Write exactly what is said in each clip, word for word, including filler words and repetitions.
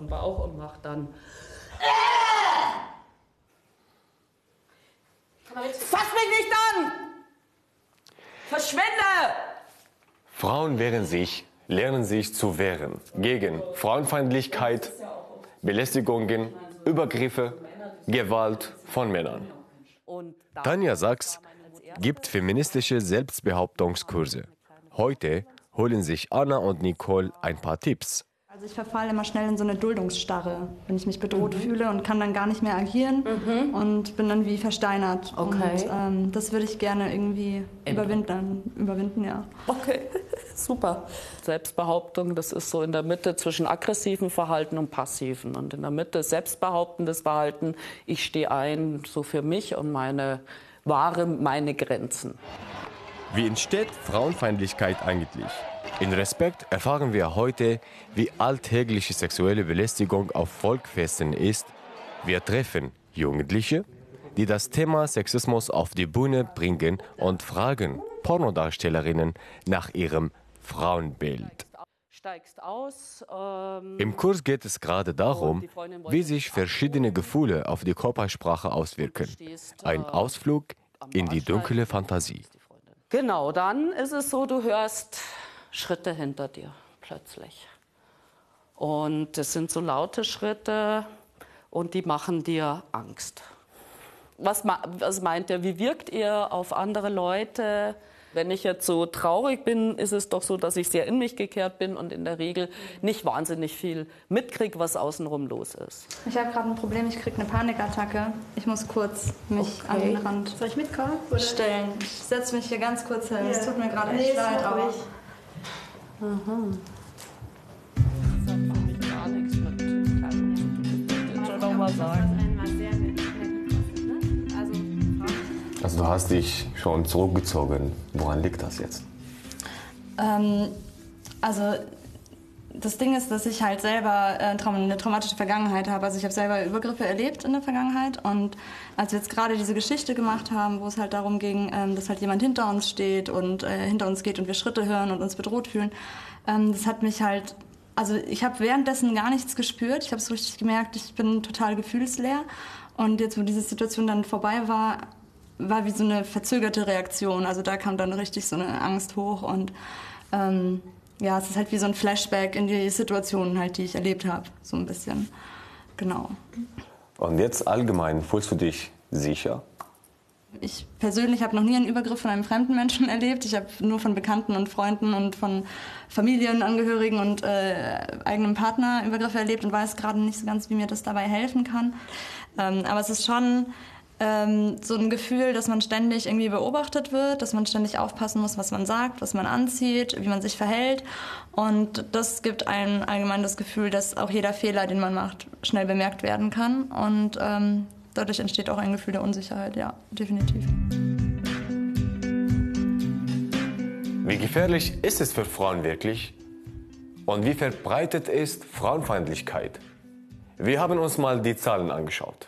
den Bauch und mache dann... Fass mich nicht an! Verschwinde! Frauen wehren sich, lernen sich zu wehren gegen Frauenfeindlichkeit, Belästigungen, Übergriffe, Gewalt von Männern. Tanja Sachs gibt feministische Selbstbehauptungskurse. Heute holen sich Anna und Nicole ein paar Tipps. Also ich verfalle immer schnell in so eine Duldungsstarre, wenn ich mich bedroht mhm. fühle und kann dann gar nicht mehr agieren mhm. und bin dann wie versteinert. Okay. Und ähm, das würde ich gerne irgendwie überwinden, überwinden, ja. Okay, super. Selbstbehauptung, das ist so in der Mitte zwischen aggressivem Verhalten und passiven. Und in der Mitte selbstbehauptendes Verhalten, ich stehe ein so für mich und meine wahre, meine Grenzen. Wie entsteht Frauenfeindlichkeit eigentlich? In Respekt erfahren wir heute, wie alltägliche sexuelle Belästigung auf Volksfesten ist. Wir treffen Jugendliche, die das Thema Sexismus auf die Bühne bringen und fragen Pornodarstellerinnen nach ihrem Frauenbild. Aus, ähm Im Kurs geht es gerade darum, wie sich verschiedene Gefühle auf die Körpersprache auswirken. Ein Ausflug in die dunkle Fantasie. Genau, dann ist es so, du hörst Schritte hinter dir plötzlich. Und es sind so laute Schritte und die machen dir Angst. Was, was meint ihr, wie wirkt ihr auf andere Leute? Wenn ich jetzt so traurig bin, ist es doch so, dass ich sehr in mich gekehrt bin und in der Regel nicht wahnsinnig viel mitkriege, was außenrum los ist. Ich habe gerade ein Problem, ich kriege eine Panikattacke. Ich muss kurz mich okay. an den Rand Soll ich mitkommen? Oder? stellen. Ich setze mich hier ganz kurz hin. Es tut mir gerade echt leid, aber... Mhm. Das hat für mich gar nichts mit Kleidung. Ich will schon noch mal sagen. Also du hast dich schon zurückgezogen. Woran liegt das jetzt? Ähm, also das Ding ist, dass ich halt selber äh, eine traumatische Vergangenheit habe. Also ich habe selber Übergriffe erlebt in der Vergangenheit. Und als wir jetzt gerade diese Geschichte gemacht haben, wo es halt darum ging, ähm, dass halt jemand hinter uns steht und äh, hinter uns geht und wir Schritte hören und uns bedroht fühlen, ähm, das hat mich halt... Also ich habe währenddessen gar nichts gespürt. Ich habe so richtig gemerkt, ich bin total gefühlsleer. Und jetzt, wo diese Situation dann vorbei war, war wie so eine verzögerte Reaktion. Also da kam dann richtig so eine Angst hoch und ähm, ja, es ist halt wie so ein Flashback in die Situationen halt, die ich erlebt habe, so ein bisschen. Genau. Und jetzt allgemein, fühlst du dich sicher? Ich persönlich habe noch nie einen Übergriff von einem fremden Menschen erlebt. Ich habe nur von Bekannten und Freunden und von Familienangehörigen und äh, eigenem Partner Übergriffe erlebt und weiß gerade nicht so ganz, wie mir das dabei helfen kann. Ähm, aber es ist schon ähm, so ein Gefühl, dass man ständig irgendwie beobachtet wird, dass man ständig aufpassen muss, was man sagt, was man anzieht, wie man sich verhält. Und das gibt einem allgemein das Gefühl, dass auch jeder Fehler, den man macht, schnell bemerkt werden kann. Und ähm, dadurch entsteht auch ein Gefühl der Unsicherheit, ja, definitiv. Wie gefährlich ist es für Frauen wirklich? Und wie verbreitet ist Frauenfeindlichkeit? Wir haben uns mal die Zahlen angeschaut.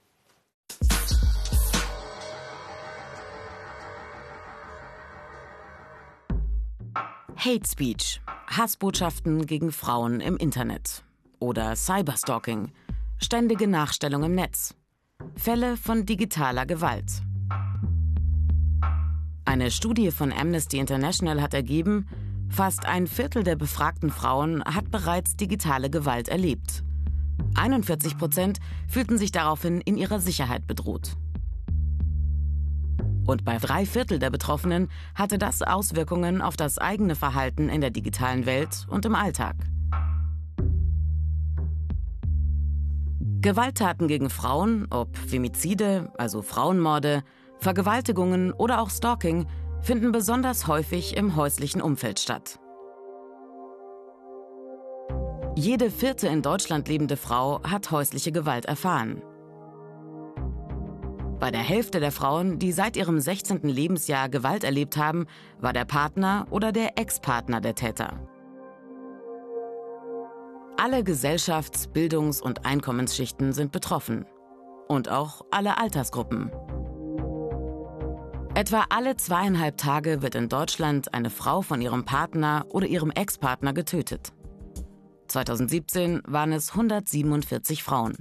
Hate Speech, Hassbotschaften gegen Frauen im Internet oder Cyberstalking, ständige Nachstellung im Netz, Fälle von digitaler Gewalt. Eine Studie von Amnesty International hat ergeben, fast ein Viertel der befragten Frauen hat bereits digitale Gewalt erlebt. einundvierzig Prozent fühlten sich daraufhin in ihrer Sicherheit bedroht. Und bei drei Viertel der Betroffenen hatte das Auswirkungen auf das eigene Verhalten in der digitalen Welt und im Alltag. Gewalttaten gegen Frauen, ob Femizide, also Frauenmorde, Vergewaltigungen oder auch Stalking, finden besonders häufig im häuslichen Umfeld statt. Jede vierte in Deutschland lebende Frau hat häusliche Gewalt erfahren. Bei der Hälfte der Frauen, die seit ihrem sechzehnten Lebensjahr Gewalt erlebt haben, war der Partner oder der Ex-Partner der Täter. Alle Gesellschafts-, Bildungs- und Einkommensschichten sind betroffen. Und auch alle Altersgruppen. Etwa alle zweieinhalb Tage wird in Deutschland eine Frau von ihrem Partner oder ihrem Ex-Partner getötet. zweitausendsiebzehn waren es hundertsiebenundvierzig Frauen.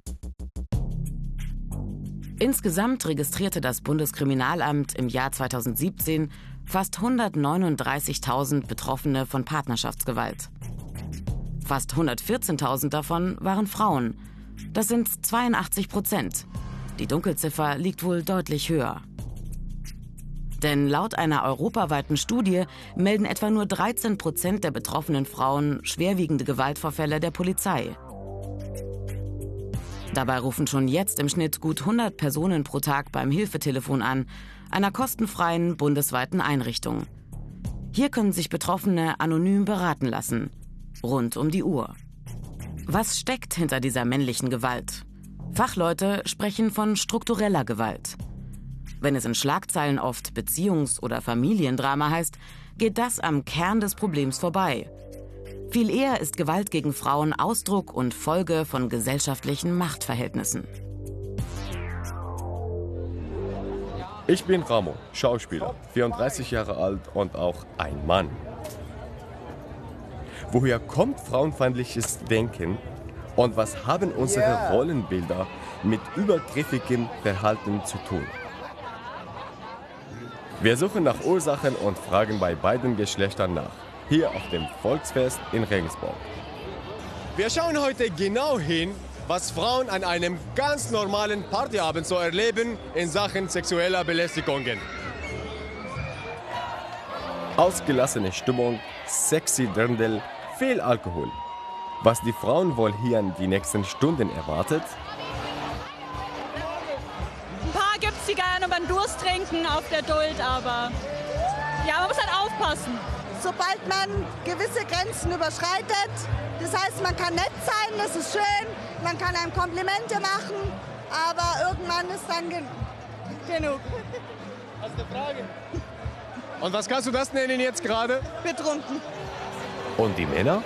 Insgesamt registrierte das Bundeskriminalamt im Jahr zweitausendsiebzehn fast hundertneununddreißigtausend Betroffene von Partnerschaftsgewalt. Fast hundertvierzehntausend davon waren Frauen. Das sind zweiundachtzig Prozent. Die Dunkelziffer liegt wohl deutlich höher. Denn laut einer europaweiten Studie melden etwa nur dreizehn Prozent der betroffenen Frauen schwerwiegende Gewaltvorfälle der Polizei. Dabei rufen schon jetzt im Schnitt gut hundert Personen pro Tag beim Hilfetelefon an, einer kostenfreien bundesweiten Einrichtung. Hier können sich Betroffene anonym beraten lassen, rund um die Uhr. Was steckt hinter dieser männlichen Gewalt? Fachleute sprechen von struktureller Gewalt. Wenn es in Schlagzeilen oft Beziehungs- oder Familiendrama heißt, geht das am Kern des Problems vorbei. Viel eher ist Gewalt gegen Frauen Ausdruck und Folge von gesellschaftlichen Machtverhältnissen. Ich bin Ramo, Schauspieler, vierunddreißig Jahre alt und auch ein Mann. Woher kommt frauenfeindliches Denken und was haben unsere Rollenbilder mit übergriffigem Verhalten zu tun? Wir suchen nach Ursachen und fragen bei beiden Geschlechtern nach. Hier auf dem Volksfest in Regensburg. Wir schauen heute genau hin, was Frauen an einem ganz normalen Partyabend so erleben in Sachen sexueller Belästigungen. Ausgelassene Stimmung, sexy Dirndl, viel Alkohol. Was die Frauen wohl hier in die nächsten Stunden erwartet? Ein paar gibt's, die gerne beim Durst trinken auf der Duld, aber ja, man muss halt aufpassen. Sobald man gewisse Grenzen überschreitet, das heißt, man kann nett sein, das ist schön, man kann einem Komplimente machen, aber irgendwann ist dann gen genug. Hast du eine Frage? Und was kannst du das nennen jetzt gerade? Betrunken. Und die Männer?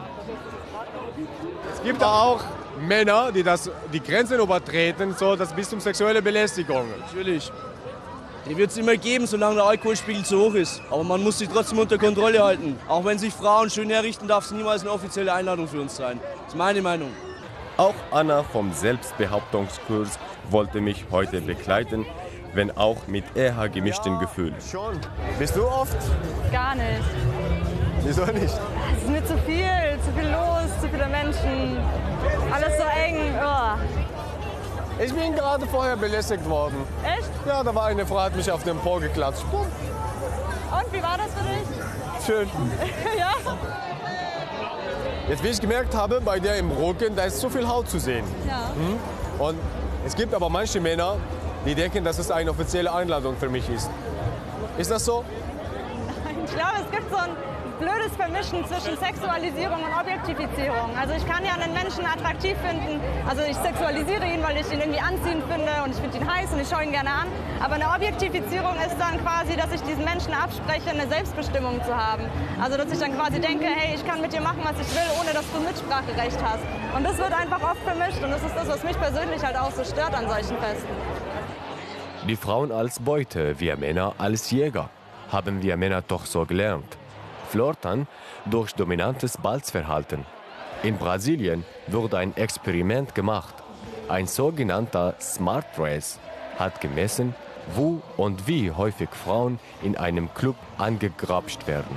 Es gibt auch Männer, die das, die Grenzen übertreten, so das bis zum sexuelle Belästigung. Natürlich. Die wird es immer geben, solange der Alkoholspiegel zu hoch ist. Aber man muss sich trotzdem unter Kontrolle halten. Auch wenn sich Frauen schön herrichten, darf es niemals eine offizielle Einladung für uns sein. Das ist meine Meinung. Auch Anna vom Selbstbehauptungskurs wollte mich heute begleiten, wenn auch mit eher gemischten Gefühlen. Schon. Bist du oft? Gar nicht. Wieso nicht? Es ist mir zu viel, zu viel los, zu viele Menschen. Alles so eng. Oh. Ich bin gerade vorher belästigt worden. Echt? Ja, da war eine Frau, hat mich auf den Po geklatscht. Bumm. Und, wie war das für dich? Schön. Ja? Jetzt, wie ich gemerkt habe, bei der im Rücken, da ist zu viel Haut zu sehen. Ja. Hm? Und es gibt aber manche Männer, die denken, dass es eine offizielle Einladung für mich ist. Ist das so? Ich glaube, es gibt so ein blödes Vermischen zwischen Sexualisierung und Objektifizierung. Also ich kann ja einen Menschen attraktiv finden, also ich sexualisiere ihn, weil ich ihn irgendwie anziehend finde und ich finde ihn heiß und ich schaue ihn gerne an. Aber eine Objektifizierung ist dann quasi, dass ich diesen Menschen abspreche, eine Selbstbestimmung zu haben. Also dass ich dann quasi denke, hey, ich kann mit dir machen, was ich will, ohne dass du Mitspracherecht hast. Und das wird einfach oft vermischt und das ist das, was mich persönlich halt auch so stört an solchen Festen. Die Frauen als Beute, wir Männer als Jäger. Haben wir Männer doch so gelernt. Flirten durch dominantes Balzverhalten. In Brasilien wurde ein Experiment gemacht. Ein sogenannter Smart Race hat gemessen, wo und wie häufig Frauen in einem Club angegrapscht werden.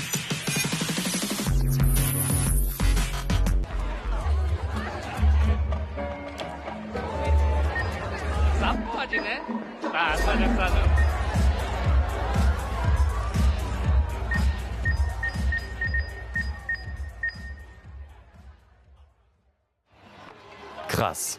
Krass.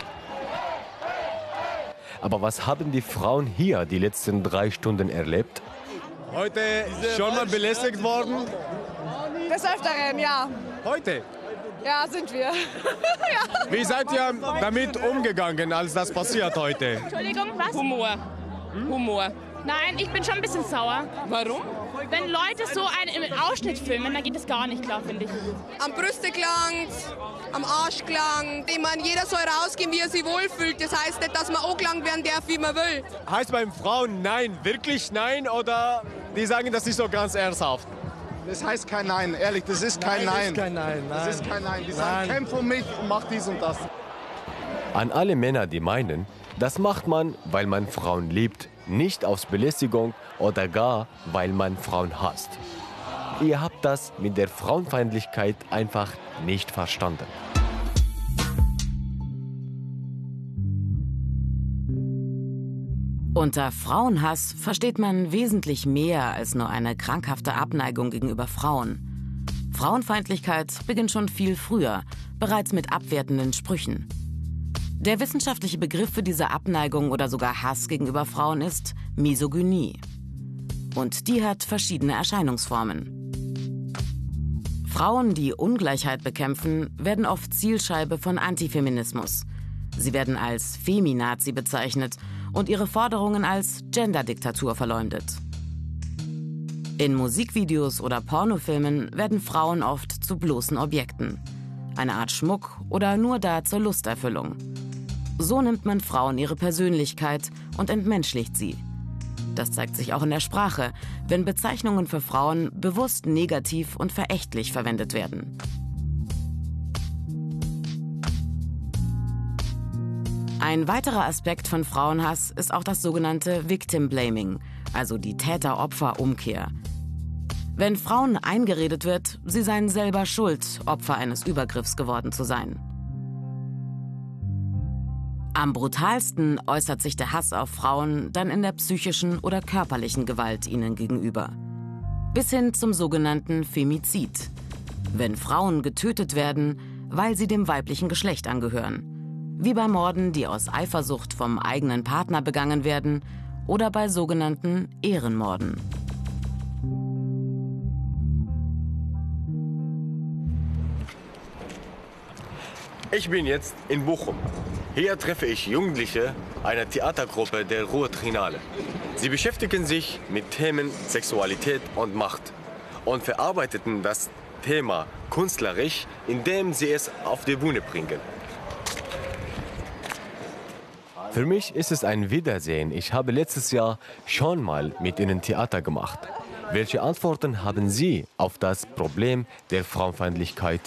Aber was haben die Frauen hier die letzten drei Stunden erlebt? Heute schon mal belästigt worden? Des Öfteren, ja. Heute? Ja, sind wir. Ja. Wie seid ihr damit umgegangen, als das passiert heute? Entschuldigung, was? Humor. Hm? Humor. Nein, ich bin schon ein bisschen sauer. Warum? Wenn Leute so einen im Ausschnitt filmen, dann geht das gar nicht klar, finde ich. Am Brüste gelangt, am Arsch gelangt. Ich meine, jeder soll rausgehen, wie er sich wohlfühlt. Das heißt nicht, dass man auch gelangt werden darf, wie man will. Heißt beim Frauen nein, wirklich nein? Oder die sagen das nicht so ganz ernsthaft? Das heißt kein Nein, ehrlich, das ist kein Nein. Nein. Das ist kein Nein, nein. Das ist kein Nein. Die sagen, kämpf um mich und mach dies und das. An alle Männer, die meinen, das macht man, weil man Frauen liebt, nicht aus Belästigung oder gar, weil man Frauen hasst. Ihr habt das mit der Frauenfeindlichkeit einfach nicht verstanden. Unter Frauenhass versteht man wesentlich mehr als nur eine krankhafte Abneigung gegenüber Frauen. Frauenfeindlichkeit beginnt schon viel früher, bereits mit abwertenden Sprüchen. Der wissenschaftliche Begriff für diese Abneigung oder sogar Hass gegenüber Frauen ist Misogynie. Und die hat verschiedene Erscheinungsformen. Frauen, die Ungleichheit bekämpfen, werden oft Zielscheibe von Antifeminismus. Sie werden als Feminazi bezeichnet und ihre Forderungen als Genderdiktatur verleumdet. In Musikvideos oder Pornofilmen werden Frauen oft zu bloßen Objekten. Eine Art Schmuck oder nur da zur Lusterfüllung. So nimmt man Frauen ihre Persönlichkeit und entmenschlicht sie. Das zeigt sich auch in der Sprache, wenn Bezeichnungen für Frauen bewusst negativ und verächtlich verwendet werden. Ein weiterer Aspekt von Frauenhass ist auch das sogenannte Victim Blaming, also die Täter-Opfer-Umkehr. Wenn Frauen eingeredet wird, sie seien selber schuld, Opfer eines Übergriffs geworden zu sein. Am brutalsten äußert sich der Hass auf Frauen dann in der psychischen oder körperlichen Gewalt ihnen gegenüber. Bis hin zum sogenannten Femizid. Wenn Frauen getötet werden, weil sie dem weiblichen Geschlecht angehören. Wie bei Morden, die aus Eifersucht vom eigenen Partner begangen werden oder bei sogenannten Ehrenmorden. Ich bin jetzt in Bochum. Hier treffe ich Jugendliche einer Theatergruppe der Ruhr Trinale. Sie beschäftigen sich mit Themen Sexualität und Macht und verarbeiteten das Thema künstlerisch, indem sie es auf die Bühne bringen. Für mich ist es ein Wiedersehen. Ich habe letztes Jahr schon mal mit ihnen Theater gemacht. Welche Antworten haben Sie auf das Problem der Frauenfeindlichkeit?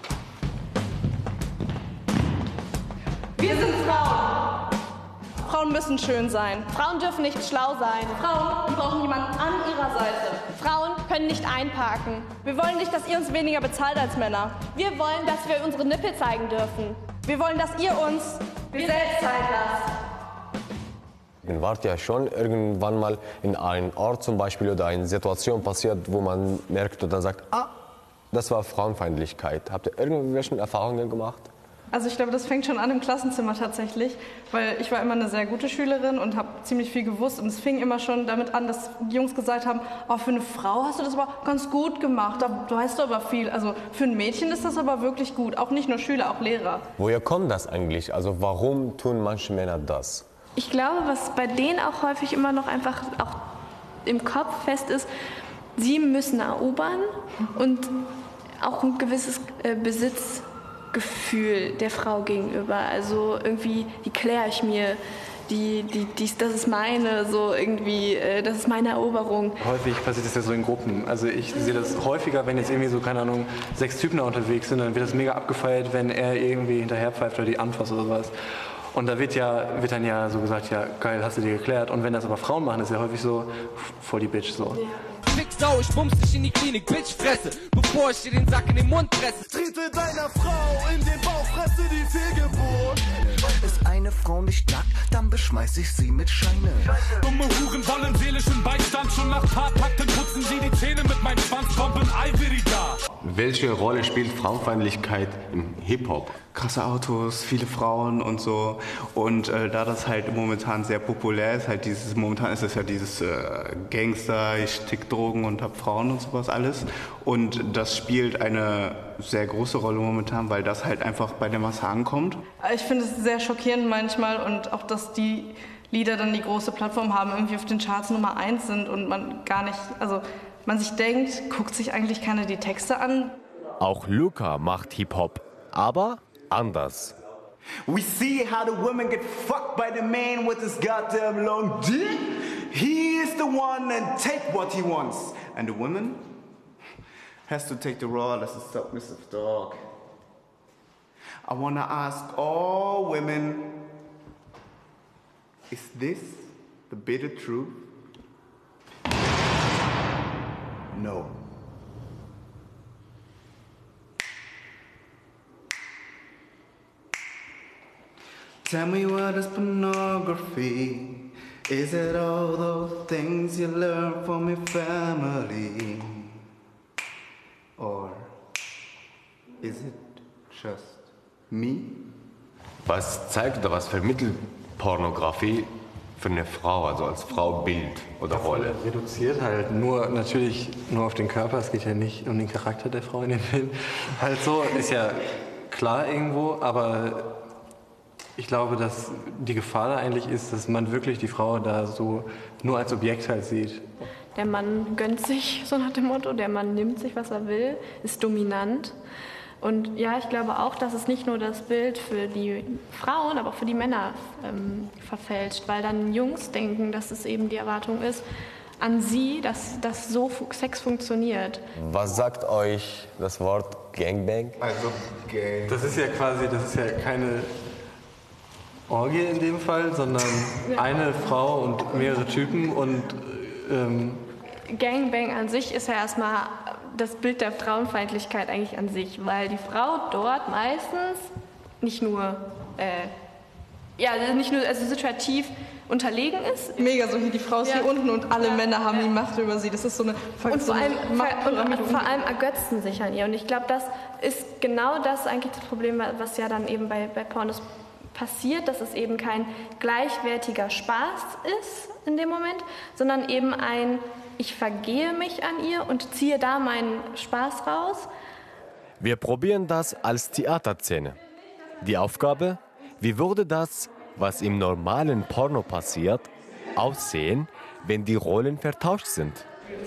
Wir sind Frauen. Frauen müssen schön sein. Frauen dürfen nicht schlau sein. Frauen brauchen jemanden an ihrer Seite. Frauen können nicht einparken. Wir wollen nicht, dass ihr uns weniger bezahlt als Männer. Wir wollen, dass wir unsere Nippel zeigen dürfen. Wir wollen, dass ihr uns wir selbst zeigen lasst. Ihr wart ja schon irgendwann mal in einem Ort zum Beispiel oder eine Situation passiert, wo man merkt und dann sagt, ah, das war Frauenfeindlichkeit. Habt ihr irgendwelche Erfahrungen gemacht? Also ich glaube, das fängt schon an im Klassenzimmer tatsächlich, weil ich war immer eine sehr gute Schülerin und habe ziemlich viel gewusst und es fing immer schon damit an, dass die Jungs gesagt haben, oh, für eine Frau hast du das aber ganz gut gemacht, da weißt du aber viel. Also für ein Mädchen ist das aber wirklich gut, auch nicht nur Schüler, auch Lehrer. Woher kommt das eigentlich? Also warum tun manche Männer das? Ich glaube, was bei denen auch häufig immer noch einfach auch im Kopf fest ist, sie müssen erobern und auch ein gewisses äh, Besitz Gefühl der Frau gegenüber. Also irgendwie, die kläre ich mir, die, die, die, das ist meine, so irgendwie, äh, das ist meine Eroberung. Häufig passiert das ja so in Gruppen. Also ich sehe das häufiger, wenn jetzt irgendwie so, keine Ahnung, sechs Typen da unterwegs sind, dann wird das mega abgefeiert, wenn er irgendwie hinterherpfeift oder die anfasst oder sowas. Und da wird, ja, wird dann ja so gesagt, ja geil, hast du dir geklärt. Und wenn das aber Frauen machen, ist ja häufig so, voll die Bitch so. Ja. Sau, ich bumst dich in die Klinik, Bitch, fresse, bevor ich dir den Sack in den Mund presse. Trete deiner Frau in den Bauch, fresse die Fehlgeburt. Ist eine Frau nicht nackt, dann beschmeiß ich sie mit Scheine. Dumme Huren wollen seelischen Beistand, schon nach Paartakten putzen sie die Zähne mit meinem Schwanz, Bomben, Ivory da. Welche Rolle spielt Frauenfeindlichkeit im Hip-Hop? Krasse Autos, viele Frauen und so. Und äh, da das halt momentan sehr populär ist, halt dieses, momentan ist es ja dieses äh, Gangster, ich tick Drogen und hab Frauen und sowas alles. Und das spielt eine sehr große Rolle momentan, weil das halt einfach bei der Masse ankommt. Ich finde es sehr schockierend manchmal und auch, dass die Lieder dann die große Plattform haben, irgendwie auf den Charts Nummer eins sind und man gar nicht, also man sich denkt, guckt sich eigentlich keiner die Texte an. Auch Luca macht Hip-Hop, aber anders. We see how the woman get fucked by the man with his goddamn long dick. He is the one and take what he wants. And the woman, has to take the role as a submissive dog. I wanna ask all women, is this the bitter truth? No. Tell me, what is pornography? Is it all those things you learn from your family? Or is it just me? Was zeigt oder was vermittelt Pornografie für eine Frau, also als Frau Bild oder Rolle? Reduziert halt nur natürlich nur auf den Körper, es geht ja nicht um den Charakter der Frau in dem Film. Halt so, ist ja klar irgendwo, aber ich glaube, dass die Gefahr da eigentlich ist, dass man wirklich die Frau da so nur als Objekt halt sieht. Der Mann gönnt sich, so nach dem Motto, der Mann nimmt sich, was er will, ist dominant. Und ja, ich glaube auch, dass es nicht nur das Bild für die Frauen, aber auch für die Männer ähm, verfälscht, weil dann Jungs denken, dass es eben die Erwartung ist an sie, dass, dass so Sex funktioniert. Was sagt euch das Wort Gangbang? Also Gang. Das ist ja quasi, das ist ja keine Orgie in dem Fall, sondern ja. eine Frau und mehrere Typen und ähm Gangbang an sich ist ja erstmal das Bild der Frauenfeindlichkeit eigentlich an sich, weil die Frau dort meistens nicht nur, äh, ja, nicht nur also situativ unterlegen ist. Mega, so wie die Frau ist ja. hier unten und alle ja. Männer haben ja. die Macht über sie. Das ist so eine und vor allem, und vor allem ergötzen sich an ihr. Und ich glaube, das ist genau das eigentlich das Problem, was ja dann eben bei, bei Pornos passiert, dass es eben kein gleichwertiger Spaß ist in dem Moment, sondern eben ein, ich vergehe mich an ihr und ziehe da meinen Spaß raus. Wir probieren das als Theaterszene. Die Aufgabe, wie würde das, was im normalen Porno passiert, aussehen, wenn die Rollen vertauscht sind?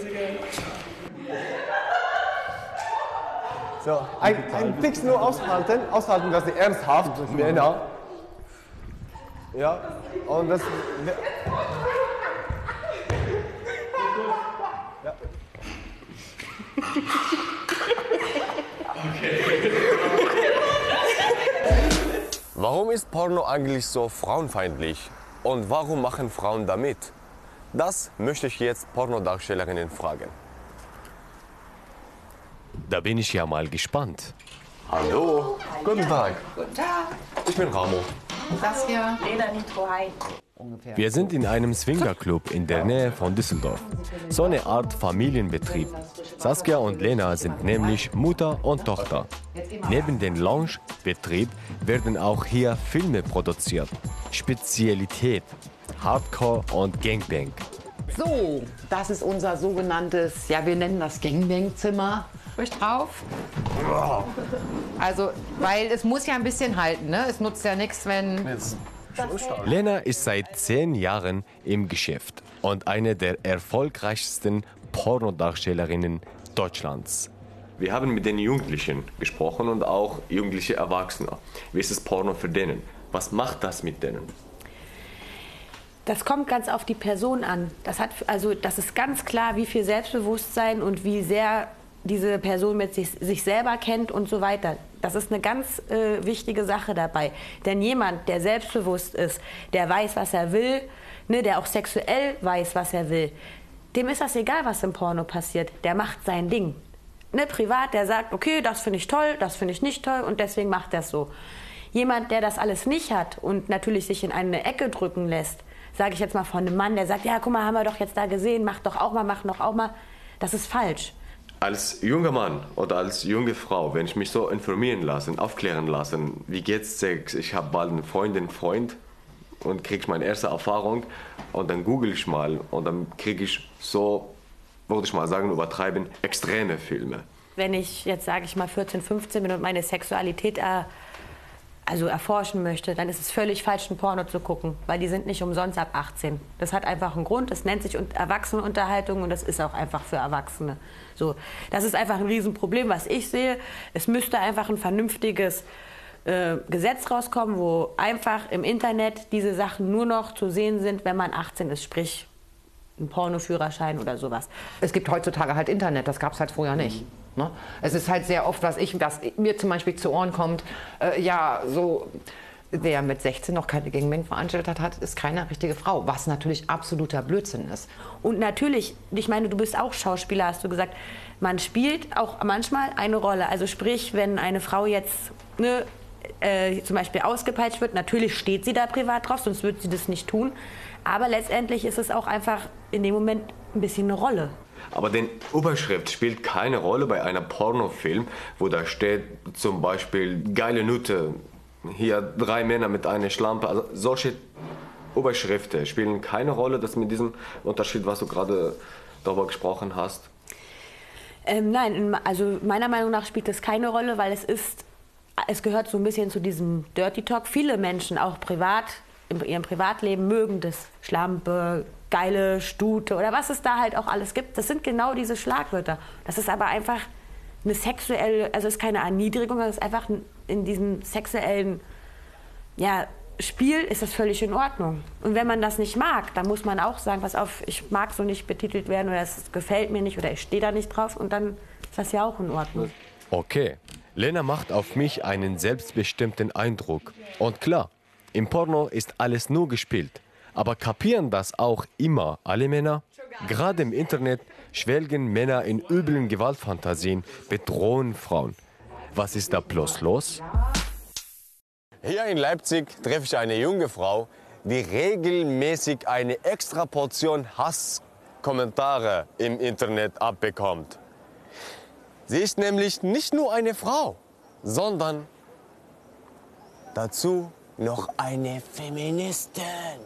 So, ein, ein Fix nur aushalten, aushalten, dass sie ernsthaft, Männer. Ja, und das. Ja. Warum ist Porno eigentlich so frauenfeindlich? Und warum machen Frauen damit? Das möchte ich jetzt Pornodarstellerinnen fragen. Da bin ich ja mal gespannt. Hallo, guten Tag. Guten Tag. Ich bin Ramo. Das hier, Lena Nitro, hi. Wir sind in einem Swingerclub in der Nähe von Düsseldorf. So eine Art Familienbetrieb. Saskia und Lena sind nämlich Mutter und Tochter. Neben dem Loungebetrieb werden auch hier Filme produziert. Spezialität, Hardcore und Gangbang. So, das ist unser sogenanntes, ja wir nennen das Gangbang-Zimmer. Ruhig drauf. Also, weil es muss ja ein bisschen halten, ne? Es nutzt ja nichts, wenn... Lena ist seit zehn Jahren im Geschäft und eine der erfolgreichsten Pornodarstellerinnen Deutschlands. Wir haben mit den Jugendlichen gesprochen und auch jugendliche Erwachsene. Wie ist es Porno für denen? Was macht das mit denen? Das kommt ganz auf die Person an. Das hat, also, das ist ganz klar, wie viel Selbstbewusstsein und wie sehr diese Person mit sich, sich selber kennt und so weiter. Das ist eine ganz äh, wichtige Sache dabei. Denn jemand, der selbstbewusst ist, der weiß, was er will, ne, der auch sexuell weiß, was er will, dem ist das egal, was im Porno passiert. Der macht sein Ding. Ne, privat, der sagt, okay, das finde ich toll, das finde ich nicht toll und deswegen macht er es so. Jemand, der das alles nicht hat und natürlich sich in eine Ecke drücken lässt, sage ich jetzt mal von einem Mann, der sagt, ja, guck mal, haben wir doch jetzt da gesehen, mach doch auch mal, mach doch auch mal. Das ist falsch. Als junger Mann oder als junge Frau, wenn ich mich so informieren lasse, aufklären lasse, wie geht's Sex? Ich habe bald eine Freundin, Freund und kriege meine erste Erfahrung und dann google ich mal und dann kriege ich so, würde ich mal sagen, übertreiben, extreme Filme. Wenn ich jetzt, sage ich mal, vierzehn, fünfzehn bin und meine Sexualität er, also erforschen möchte, dann ist es völlig falsch, ein Porno zu gucken, weil die sind nicht umsonst ab achtzehn. Das hat einfach einen Grund, das nennt sich Erwachsenenunterhaltung und das ist auch einfach für Erwachsene. So, das ist einfach ein Riesenproblem, was ich sehe. Es müsste einfach ein vernünftiges äh, Gesetz rauskommen, wo einfach im Internet diese Sachen nur noch zu sehen sind, wenn man achtzehn ist, sprich einen Pornoführerschein oder sowas. Es gibt heutzutage halt Internet, das gab es halt früher nicht. Ne? Es ist halt sehr oft, was ich, was mir zum Beispiel zu Ohren kommt, äh, ja, so, wer mit sechzehn noch keine Gangbang veranstaltet hat, ist keine richtige Frau, was natürlich absoluter Blödsinn ist. Und natürlich, ich meine, du bist auch Schauspieler, hast du gesagt, man spielt auch manchmal eine Rolle. Also sprich, wenn eine Frau jetzt ne, äh, zum Beispiel ausgepeitscht wird, natürlich steht sie da privat drauf, sonst würde sie das nicht tun. Aber letztendlich ist es auch einfach in dem Moment ein bisschen eine Rolle. Aber die Überschrift spielt keine Rolle bei einem Pornofilm, wo da steht zum Beispiel geile Nutte, hier drei Männer mit einer Schlampe. Also solche Überschriften spielen keine Rolle. Das mit diesem Unterschied, was du gerade darüber gesprochen hast. Ähm, nein, also meiner Meinung nach spielt das keine Rolle, weil es ist, es gehört so ein bisschen zu diesem Dirty Talk. Viele Menschen, auch privat, in ihrem Privatleben mögen das Schlampe, geile Stute oder was es da halt auch alles gibt. Das sind genau diese Schlagwörter. Das ist aber einfach eine sexuelle, also es ist keine Erniedrigung, das ist einfach in diesem sexuellen ja, Spiel ist das völlig in Ordnung. Und wenn man das nicht mag, dann muss man auch sagen, pass auf, ich mag so nicht betitelt werden oder es gefällt mir nicht oder ich stehe da nicht drauf und dann ist das ja auch in Ordnung. Okay, Lena macht auf mich einen selbstbestimmten Eindruck. Und klar, im Porno ist alles nur gespielt. Aber kapieren das auch immer alle Männer? Gerade im Internet schwelgen Männer in üblen Gewaltfantasien, bedrohen Frauen. Was ist da bloß los? Hier in Leipzig treffe ich eine junge Frau, die regelmäßig eine extra Portion Hasskommentare im Internet abbekommt. Sie ist nämlich nicht nur eine Frau, sondern dazu noch eine Feministin.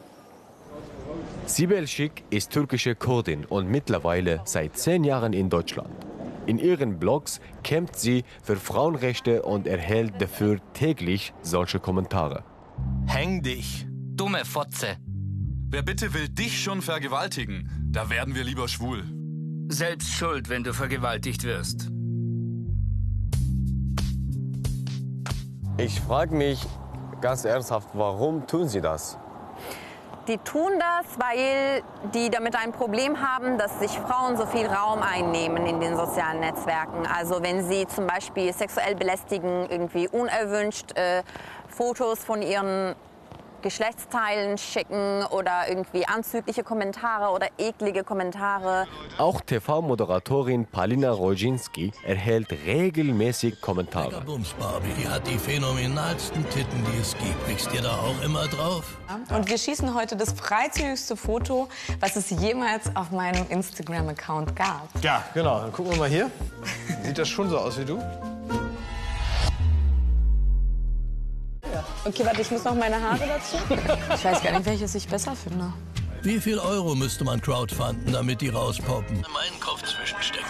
Sibel Şık ist türkische Kurdin und mittlerweile seit zehn Jahren in Deutschland. In ihren Blogs kämpft sie für Frauenrechte und erhält dafür täglich solche Kommentare. Häng dich, dumme Fotze. Wer bitte will dich schon vergewaltigen? Da werden wir lieber schwul. Selbst schuld, wenn du vergewaltigt wirst. Ich frage mich ganz ernsthaft, warum tun sie das? Die tun das, weil die damit ein Problem haben, dass sich Frauen so viel Raum einnehmen in den sozialen Netzwerken. Also wenn sie zum Beispiel sexuell belästigen, irgendwie unerwünscht äh, Fotos von ihren Geschlechtsteilen schicken oder irgendwie anzügliche Kommentare oder eklige Kommentare. Auch T V-Moderatorin Palina Roginski erhält regelmäßig Kommentare. Bums Barbie hat die phänomenalsten Titten, die es gibt. Kriegst dir da auch immer drauf? Und wir schießen heute das freizügigste Foto, was es jemals auf meinem Instagram-Account gab. Ja, genau. Dann gucken wir mal hier. Sieht das schon so aus wie du? Okay, warte, ich muss noch meine Haare dazu. Ich weiß gar nicht, welches ich besser finde. Wie viel Euro müsste man crowdfunden, damit die rauspoppen? Meinen Kopf zwischenstecken.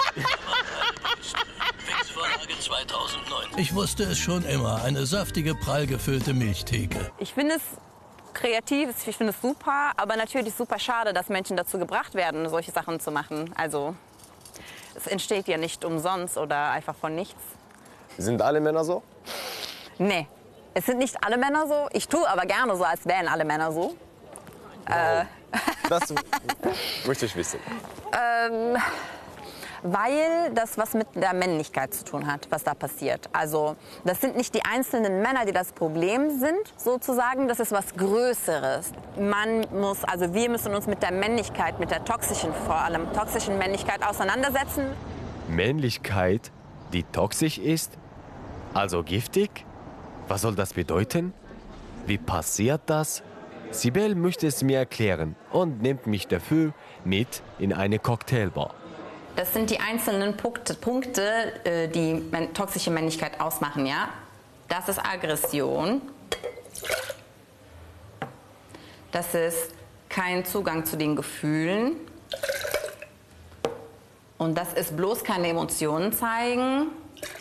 Wixvorlage zweitausendneun. Ich wusste es schon immer. Eine saftige, prall gefüllte Milchtheke. Ich finde es kreativ, ich finde es super, aber natürlich super schade, dass Menschen dazu gebracht werden, solche Sachen zu machen. Also es entsteht ja nicht umsonst oder einfach von nichts. Sind alle Männer so? Nee. Es sind nicht alle Männer so. Ich tue aber gerne so, als wären alle Männer so. Wow. Äh. Das möchte ich wissen. ähm, weil das was mit der Männlichkeit zu tun hat, was da passiert. Also das sind nicht die einzelnen Männer, die das Problem sind, sozusagen. Das ist was Größeres. Man muss, also wir müssen uns mit der Männlichkeit, mit der toxischen, vor allem toxischen Männlichkeit auseinandersetzen. Männlichkeit, die toxisch ist? Also giftig? Was soll das bedeuten? Wie passiert das? Sibel möchte es mir erklären und nimmt mich dafür mit in eine Cocktailbar. Das sind die einzelnen Punkte, Punkte die toxische Männlichkeit ausmachen, ja? Das ist Aggression. Das ist kein Zugang zu den Gefühlen. Und das ist bloß keine Emotionen zeigen.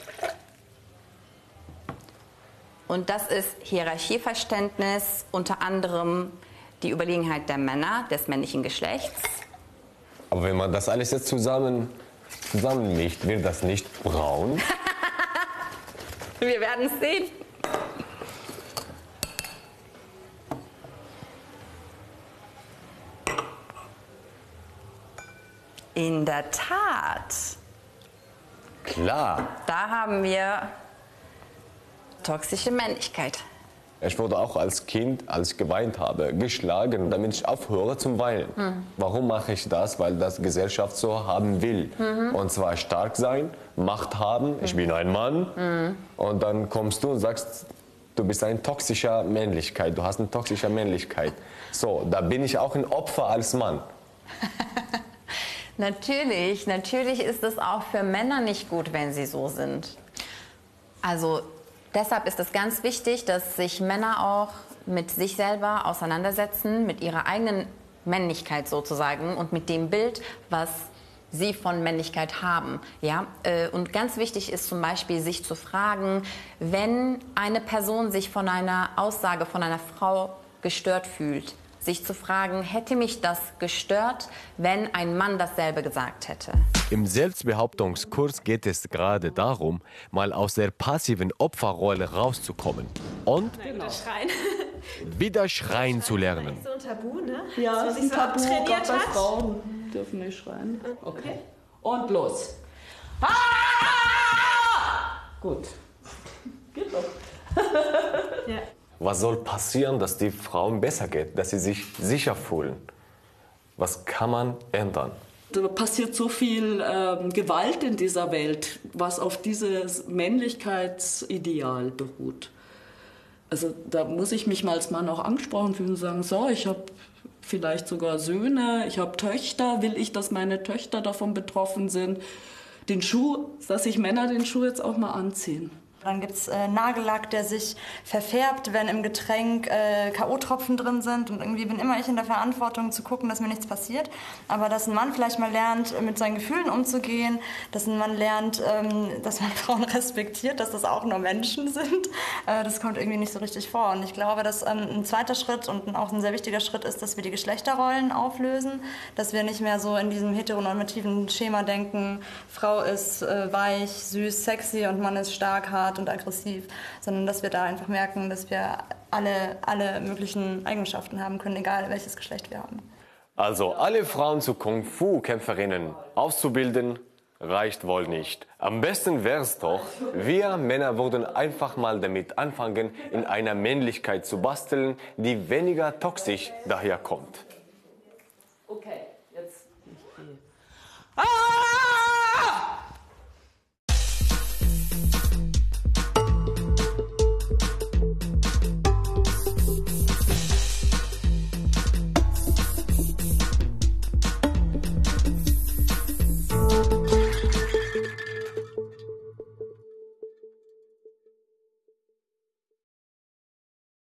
Und das ist Hierarchieverständnis, unter anderem die Überlegenheit der Männer, des männlichen Geschlechts. Aber wenn man das alles jetzt zusammen, zusammenmischt, wird das nicht braun? Wir werden es sehen. In der Tat. Klar. Da haben wir toxische Männlichkeit. Ich wurde auch als Kind, als ich geweint habe, geschlagen, damit ich aufhöre zu weinen. Mhm. Warum mache ich das? Weil das Gesellschaft so haben will. Mhm. Und zwar stark sein, Macht haben, ich bin ein Mann. Mhm. Und dann kommst du und sagst, du bist eine toxische Männlichkeit, du hast eine toxische Männlichkeit. So, da bin ich auch ein Opfer als Mann. Natürlich, natürlich ist es auch für Männer nicht gut, wenn sie so sind. Also deshalb ist es ganz wichtig, dass sich Männer auch mit sich selber auseinandersetzen, mit ihrer eigenen Männlichkeit sozusagen und mit dem Bild, was sie von Männlichkeit haben. Ja? Und ganz wichtig ist zum Beispiel, sich zu fragen, wenn eine Person sich von einer Aussage von einer Frau gestört fühlt, sich zu fragen, hätte mich das gestört, wenn ein Mann dasselbe gesagt hätte. Im Selbstbehauptungskurs geht es gerade darum, mal aus der passiven Opferrolle rauszukommen und Wieder schreien. wieder schreien zu lernen. So ein Tabu, ne? Ja, dass das man ist ein sich so Tabu, abtrainiert gerade bei hat. Frauen dürfen nicht schreien. Okay. Und los. Ah! Gut. Geht doch. Ja. Was soll passieren, dass die Frauen besser geht, dass sie sich sicher fühlen? Was kann man ändern? Da passiert so viel ähm, Gewalt in dieser Welt, was auf dieses Männlichkeitsideal beruht. Also da muss ich mich mal als Mann auch angesprochen fühlen und sagen, so, ich habe vielleicht sogar Söhne, ich habe Töchter, will ich, dass meine Töchter davon betroffen sind? Den Schuh, dass sich Männer den Schuh jetzt auch mal anziehen. Dann gibt es äh, Nagellack, der sich verfärbt, wenn im Getränk äh, K O-Tropfen drin sind. Und irgendwie bin immer ich in der Verantwortung zu gucken, dass mir nichts passiert. Aber dass ein Mann vielleicht mal lernt, mit seinen Gefühlen umzugehen, dass ein Mann lernt, ähm, dass man Frauen respektiert, dass das auch nur Menschen sind, äh, das kommt irgendwie nicht so richtig vor. Und ich glaube, dass ähm, ein zweiter Schritt und auch ein sehr wichtiger Schritt ist, dass wir die Geschlechterrollen auflösen, dass wir nicht mehr so in diesem heteronormativen Schema denken, Frau ist äh, weich, süß, sexy und Mann ist stark, hart und aggressiv, sondern dass wir da einfach merken, dass wir alle, alle möglichen Eigenschaften haben können, egal welches Geschlecht wir haben. Also alle Frauen zu Kung-Fu-Kämpferinnen auszubilden, reicht wohl nicht. Am besten wäre es doch, wir Männer würden einfach mal damit anfangen, in einer Männlichkeit zu basteln, die weniger toxisch daherkommt. Okay.